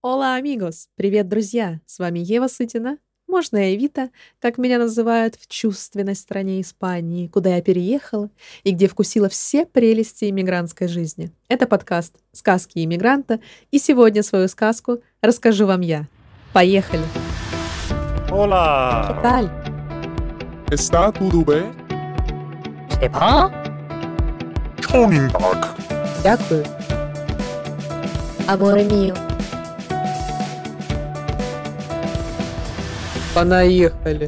Ола, амигос! Привет, друзья! С вами Ева Сытина, можно Эвита, как меня называют в чувственной стране Испании, куда я переехала и где вкусила все прелести иммигрантской жизни. Это подкаст «Сказки иммигранта», и сегодня свою сказку расскажу вам я. Поехали! Hola! Таль, Está tudo bem? Степан? Чонинбак. дякую. Аморе мио. Понаехали!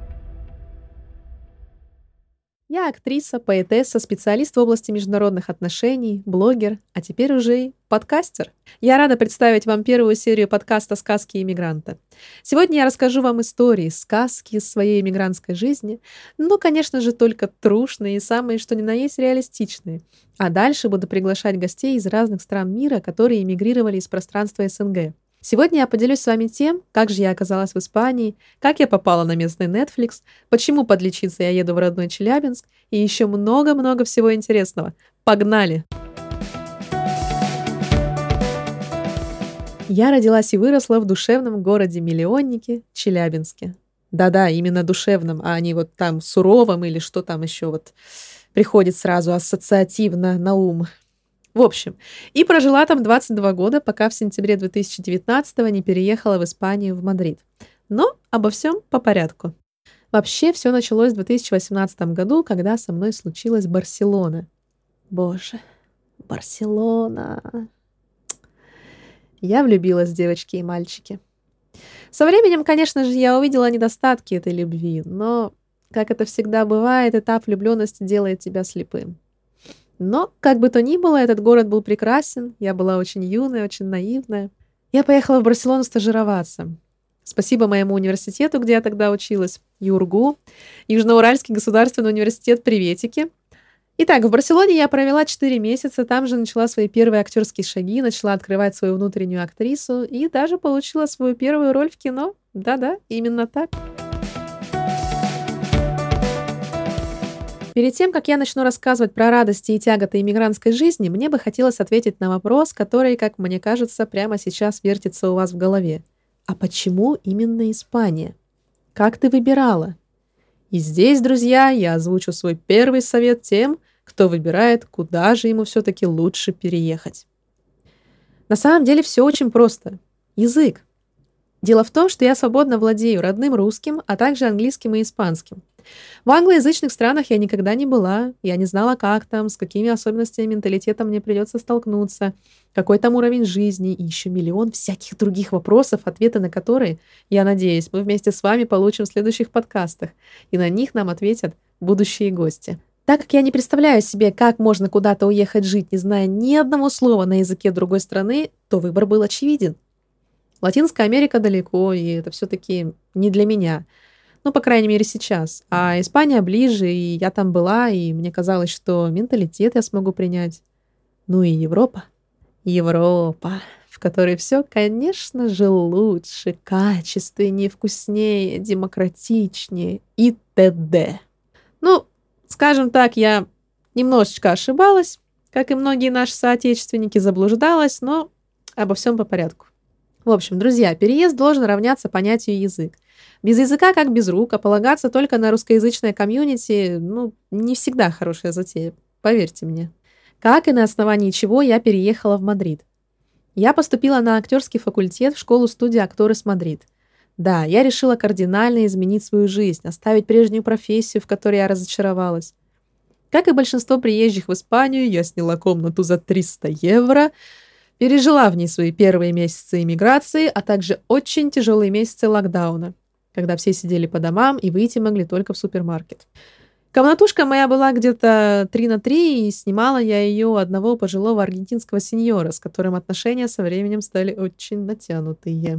Я актриса, поэтесса, специалист в области международных отношений, блогер, а теперь уже и подкастер. Я рада представить вам первую серию подкаста «Сказки иммигранта». Сегодня я расскажу вам истории, сказки из своей иммигрантской жизни, но, конечно же, только трушные и самые, что ни на есть, реалистичные. А дальше буду приглашать гостей из разных стран мира, которые эмигрировали из пространства СНГ. Сегодня я поделюсь с вами тем, как же я оказалась в Испании, как я попала на местный Netflix, почему подлечиться я еду в родной Челябинск и еще много-много всего интересного. Погнали! Я родилась и выросла в душевном городе-миллионнике Челябинске. Да-да, именно душевном, а не вот там суровом или что там еще вот приходит сразу ассоциативно на ум. В общем, и прожила там 22 года, пока в сентябре 2019 не переехала в Испанию, в Мадрид. Но обо всем по порядку. Вообще, все началось в 2018 году, когда со мной случилась Барселона. Боже, Барселона. Я влюбилась в девочки и мальчики. Со временем, конечно же, я увидела недостатки этой любви, но, как это всегда бывает, этап влюбленности делает тебя слепым. Но, как бы то ни было, этот город был прекрасен, я была очень юная, очень наивная. Я поехала в Барселону стажироваться. Спасибо моему университету, где я тогда училась, ЮрГУ, Южноуральский государственный университет, приветики. Итак, в Барселоне я провела 4 месяца, там же начала свои первые актерские шаги, начала открывать свою внутреннюю актрису и даже получила свою первую роль в кино. Да-да, именно так. Перед тем, как я начну рассказывать про радости и тяготы иммигрантской жизни, мне бы хотелось ответить на вопрос, который, как мне кажется, прямо сейчас вертится у вас в голове. А почему именно Испания? Как ты выбирала? И здесь, друзья, я озвучу свой первый совет тем, кто выбирает, куда же ему все-таки лучше переехать. На самом деле все очень просто. Язык. Дело в том, что я свободно владею родным русским, а также английским и испанским. В англоязычных странах я никогда не была, я не знала, как там, с какими особенностями менталитета мне придется столкнуться, какой там уровень жизни и еще миллион всяких других вопросов, ответы на которые, я надеюсь, мы вместе с вами получим в следующих подкастах, и на них нам ответят будущие гости. Так как я не представляю себе, как можно куда-то уехать жить, не зная ни одного слова на языке другой страны, то выбор был очевиден. Латинская Америка далеко, и это все-таки не для меня. Ну, по крайней мере, сейчас. А Испания ближе, и я там была, и мне казалось, что менталитет я смогу принять. Ну и Европа. Европа, в которой все, конечно же, лучше, качественнее, вкуснее, демократичнее и т.д. Ну, скажем так, я немножечко ошибалась, как и многие наши соотечественники, заблуждалась, но обо всем по порядку. В общем, друзья, переезд должен равняться понятию язык. Без языка как без рук, а полагаться только на русскоязычное комьюнити, не всегда хорошая затея, поверьте мне. Как и на основании чего я переехала в Мадрид. Я поступила на актерский факультет в школу-студию «Акторы с Мадрид». Да, я решила кардинально изменить свою жизнь, оставить прежнюю профессию, в которой я разочаровалась. Как и большинство приезжих в Испанию, я сняла комнату за 300 евро, пережила в ней свои первые месяцы иммиграции, а также очень тяжелые месяцы локдауна, когда все сидели по домам и выйти могли только в супермаркет. Комнатушка моя была где-то 3 на 3, и снимала я ее у одного пожилого аргентинского сеньора, с которым отношения со временем стали очень натянутые.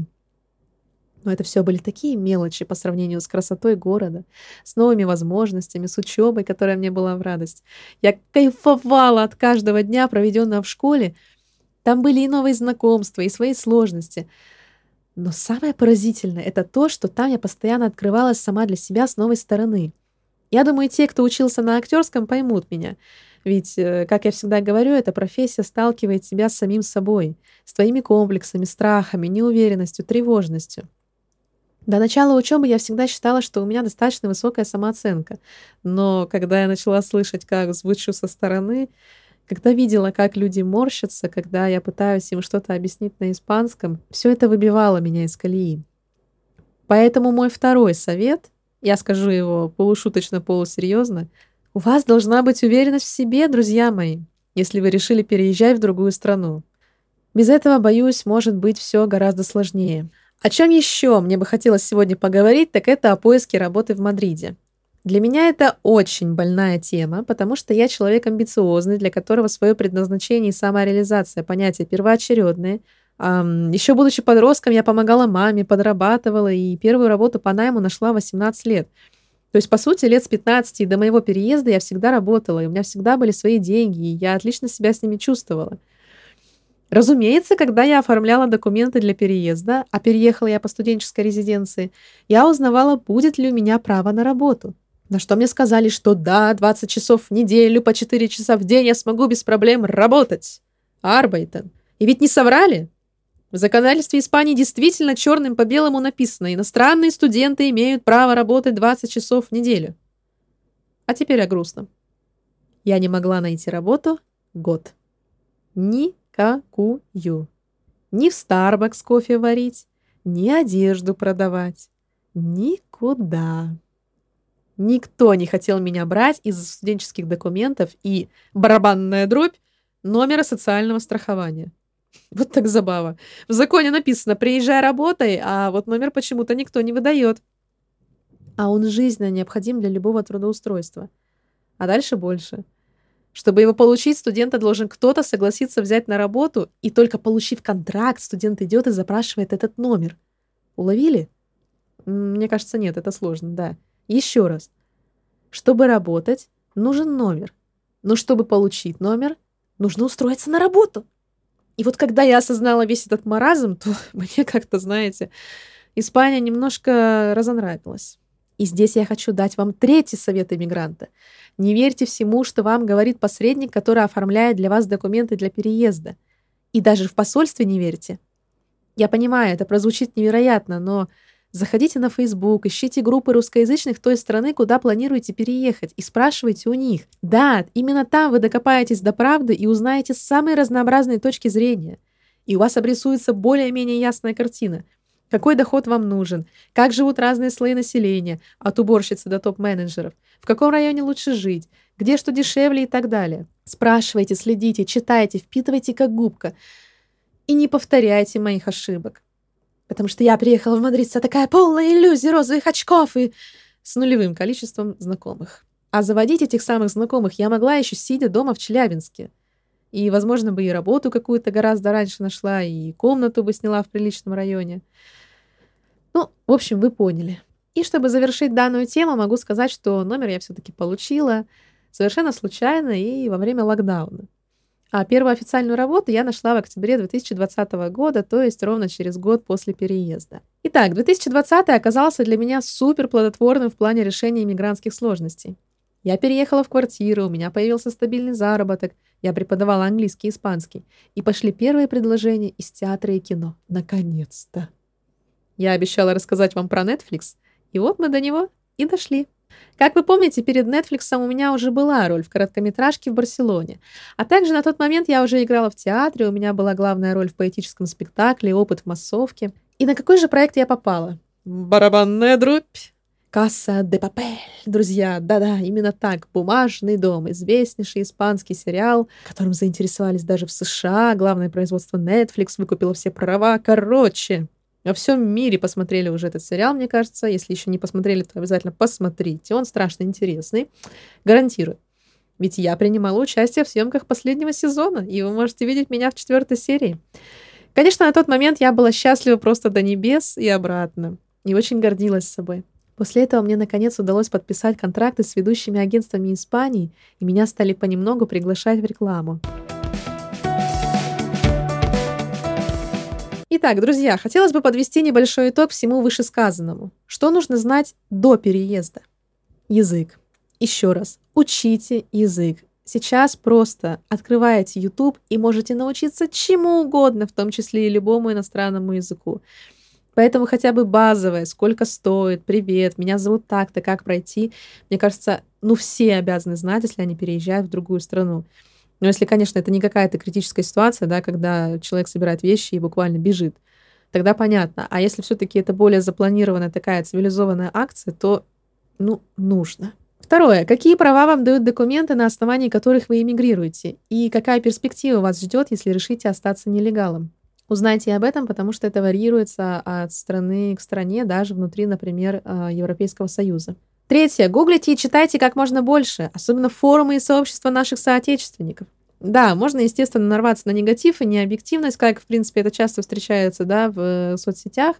Но это все были такие мелочи по сравнению с красотой города, с новыми возможностями, с учебой, которая мне была в радость. Я кайфовала от каждого дня, проведенного в школе. Там были и новые знакомства, и свои сложности. Но самое поразительное — это то, что там я постоянно открывалась сама для себя с новой стороны. Я думаю, те, кто учился на актерском, поймут меня. Ведь, как я всегда говорю, эта профессия сталкивает тебя с самим собой, с твоими комплексами, страхами, неуверенностью, тревожностью. До начала учебы я всегда считала, что у меня достаточно высокая самооценка. Но когда я начала слышать, как звучу со стороны, когда видела, как люди морщатся, когда я пытаюсь им что-то объяснить на испанском, все это выбивало меня из колеи. Поэтому мой второй совет, я скажу его полушуточно, полусерьезно, у вас должна быть уверенность в себе, друзья мои, если вы решили переезжать в другую страну. Без этого, боюсь, может быть все гораздо сложнее. О чем еще мне бы хотелось сегодня поговорить, так это о поиске работы в Мадриде. Для меня это очень больная тема, потому что я человек амбициозный, для которого свое предназначение и самореализация понятия первоочередные. Еще будучи подростком, я помогала маме, подрабатывала и первую работу по найму нашла в 18 лет. То есть, по сути, лет с 15 до моего переезда я всегда работала, и у меня всегда были свои деньги, и я отлично себя с ними чувствовала. Разумеется, когда я оформляла документы для переезда, а переехала я по студенческой резиденции, я узнавала, будет ли у меня право на работу. На что мне сказали, что да, 20 часов в неделю, по 4 часа в день я смогу без проблем работать. Arbeiten. И ведь не соврали. В законодательстве Испании действительно черным по белому написано: иностранные студенты имеют право работать 20 часов в неделю. А теперь о грустном. Я не могла найти работу год. Никакую. Ни в Starbucks кофе варить, ни одежду продавать. Никуда. Никто не хотел меня брать из-за студенческих документов и, барабанная дробь, номера социального страхования. Вот так забава. В законе написано: приезжай, работай, а вот номер почему-то никто не выдает. А он жизненно необходим для любого трудоустройства. А дальше больше. Чтобы его получить, студента должен кто-то согласиться взять на работу, и только получив контракт, студент идет и запрашивает этот номер. Уловили? Мне кажется, нет, это сложно, да. Еще раз. Чтобы работать, нужен номер. Но чтобы получить номер, нужно устроиться на работу. И вот когда я осознала весь этот маразм, то мне как-то, знаете, Испания немножко разонравилась. И здесь я хочу дать вам третий совет иммигранта. Не верьте всему, что вам говорит посредник, который оформляет для вас документы для переезда. И даже в посольстве не верьте. Я понимаю, это прозвучит невероятно, но заходите на Facebook, ищите группы русскоязычных той страны, куда планируете переехать, и спрашивайте у них. Да, именно там вы докопаетесь до правды и узнаете самые разнообразные точки зрения. И у вас обрисуется более-менее ясная картина. Какой доход вам нужен? Как живут разные слои населения, от уборщицы до топ-менеджеров? В каком районе лучше жить? Где что дешевле и так далее? Спрашивайте, следите, читайте, впитывайте как губка. И не повторяйте моих ошибок. Потому что я приехала в Мадрид вся такая полная иллюзий, розовых очков и с нулевым количеством знакомых. А заводить этих самых знакомых я могла еще сидя дома в Челябинске. И, возможно, бы и работу какую-то гораздо раньше нашла, и комнату бы сняла в приличном районе. Ну, в общем, вы поняли. И чтобы завершить данную тему, могу сказать, что номер я все-таки получила совершенно случайно и во время локдауна. А первую официальную работу я нашла в октябре 2020 года, то есть ровно через год после переезда. Итак, 2020 оказался для меня супер плодотворным в плане решения иммигрантских сложностей. Я переехала в квартиру, у меня появился стабильный заработок, я преподавала английский и испанский, и пошли первые предложения из театра и кино. Наконец-то! Я обещала рассказать вам про Netflix, и вот мы до него и дошли. Как вы помните, перед Netflix у меня уже была роль в короткометражке в Барселоне. А также на тот момент я уже играла в театре, у меня была главная роль в поэтическом спектакле, опыт в массовке. И на какой же проект я попала? Барабанная дробь. Casa de Papel, друзья, да-да, именно так, «Бумажный дом», известнейший испанский сериал, которым заинтересовались даже в США, главное производство Netflix выкупило все права, короче. Во всем мире посмотрели уже этот сериал, мне кажется. Если еще не посмотрели, то обязательно посмотрите. Он страшно интересный. Гарантирую. Ведь я принимала участие в съемках последнего сезона, и вы можете видеть меня в 4-й серии. Конечно, на тот момент я была счастлива просто до небес и обратно. И очень гордилась собой. После этого мне, наконец, удалось подписать контракты с ведущими агентствами Испании, и меня стали понемногу приглашать в рекламу. Итак, друзья, хотелось бы подвести небольшой итог всему вышесказанному. Что нужно знать до переезда? Язык. Еще раз, учите язык. Сейчас просто открываете YouTube и можете научиться чему угодно, в том числе и любому иностранному языку. Поэтому хотя бы базовое, сколько стоит, привет, меня зовут так-то, как пройти, мне кажется, все обязаны знать, если они переезжают в другую страну. Но если, конечно, это не какая-то критическая ситуация, да, когда человек собирает вещи и буквально бежит, тогда понятно. А если все-таки это более запланированная такая цивилизованная акция, то, нужно. Второе. Какие права вам дают документы, на основании которых вы эмигрируете? И какая перспектива вас ждет, если решите остаться нелегалом? Узнайте об этом, потому что это варьируется от страны к стране, даже внутри, например, Европейского Союза. Третье. Гуглите и читайте как можно больше, особенно форумы и сообщества наших соотечественников. Да, можно, естественно, нарваться на негатив и необъективность, как, в принципе, это часто встречается, да, в соцсетях,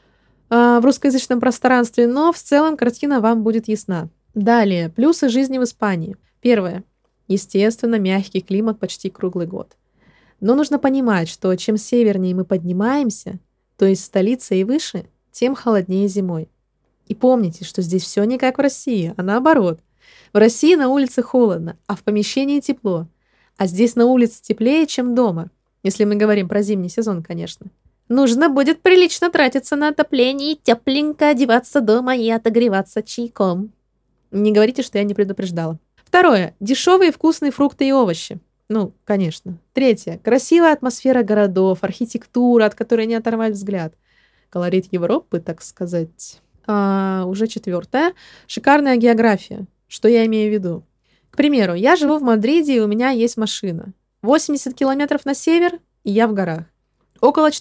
в русскоязычном пространстве, но в целом картина вам будет ясна. Далее. Плюсы жизни в Испании. Первое. Естественно, мягкий климат почти круглый год. Но нужно понимать, что чем севернее мы поднимаемся, то есть столица и выше, тем холоднее зимой. И помните, что здесь все не как в России, а наоборот. В России на улице холодно, а в помещении тепло. А здесь на улице теплее, чем дома. Если мы говорим про зимний сезон, конечно. Нужно будет прилично тратиться на отопление и тепленько одеваться дома и отогреваться чайком. Не говорите, что я не предупреждала. Второе. Дешевые вкусные фрукты и овощи. Конечно. Третье. Красивая атмосфера городов, архитектура, от которой не оторвать взгляд. Колорит Европы, так сказать. Уже четвертое. Шикарная география. Что я имею в виду? К примеру, я живу в Мадриде, и у меня есть машина. 80 километров на север, и я в горах. Около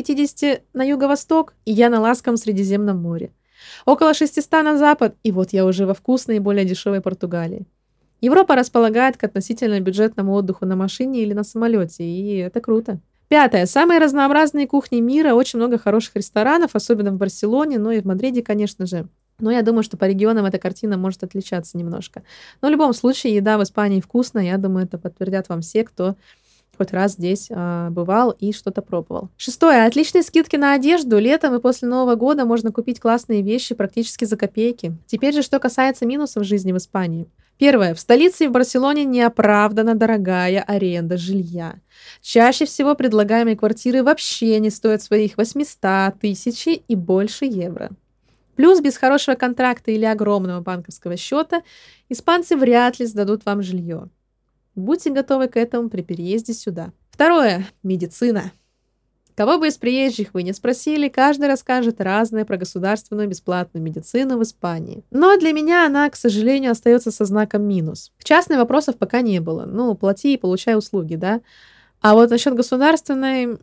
450 на юго-восток, и я на ласковом Средиземном море. Около 600 на запад, и вот я уже во вкусной и более дешевой Португалии. Европа располагает к относительно бюджетному отдыху на машине или на самолете, и это круто. Пятое. Самые разнообразные кухни мира, очень много хороших ресторанов, особенно в Барселоне, но и в Мадриде, конечно же. Но я думаю, что по регионам эта картина может отличаться немножко. Но в любом случае, еда в Испании вкусная, я думаю, это подтвердят вам все, кто хоть раз здесь бывал и что-то пробовал. Шестое. Отличные скидки на одежду. Летом и после Нового года можно купить классные вещи практически за копейки. Теперь же, что касается минусов жизни в Испании. Первое. В столице и в Барселоне неоправданно дорогая аренда жилья. Чаще всего предлагаемые квартиры вообще не стоят своих 800, 1000 и больше евро. Плюс без хорошего контракта или огромного банковского счета испанцы вряд ли сдадут вам жилье. Будьте готовы к этому при переезде сюда. Второе. Медицина. Кого бы из приезжих вы не спросили, каждый расскажет разное про государственную бесплатную медицину в Испании. Но для меня она, к сожалению, остается со знаком минус. В частной вопросов пока не было. Плати и получай услуги, да? А вот насчет государственной,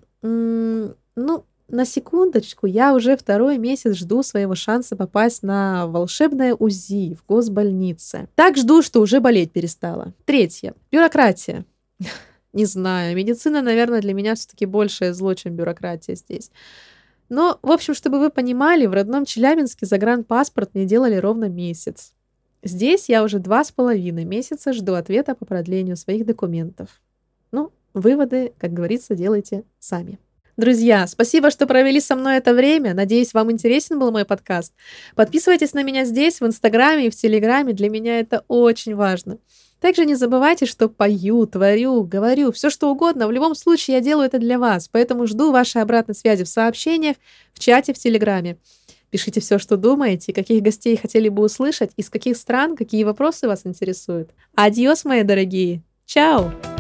на секундочку, я уже второй месяц жду своего шанса попасть на волшебное УЗИ в госбольнице. Так жду, что уже болеть перестала. Третье. Бюрократия. Не знаю, медицина, наверное, для меня все-таки большее зло, чем бюрократия здесь. Но, в общем, чтобы вы понимали, в родном Челябинске загранпаспорт мне делали ровно месяц. Здесь я уже 2,5 месяца жду ответа по продлению своих документов. Выводы, как говорится, делайте сами. Друзья, спасибо, что провели со мной это время. Надеюсь, вам интересен был мой подкаст. Подписывайтесь на меня здесь, в Инстаграме и в Телеграме. Для меня это очень важно. Также не забывайте, что пою, творю, говорю, все что угодно. В любом случае я делаю это для вас. Поэтому жду вашей обратной связи в сообщениях, в чате, в Телеграме. Пишите все, что думаете, каких гостей хотели бы услышать, из каких стран, какие вопросы вас интересуют. Адьос, мои дорогие. Чао!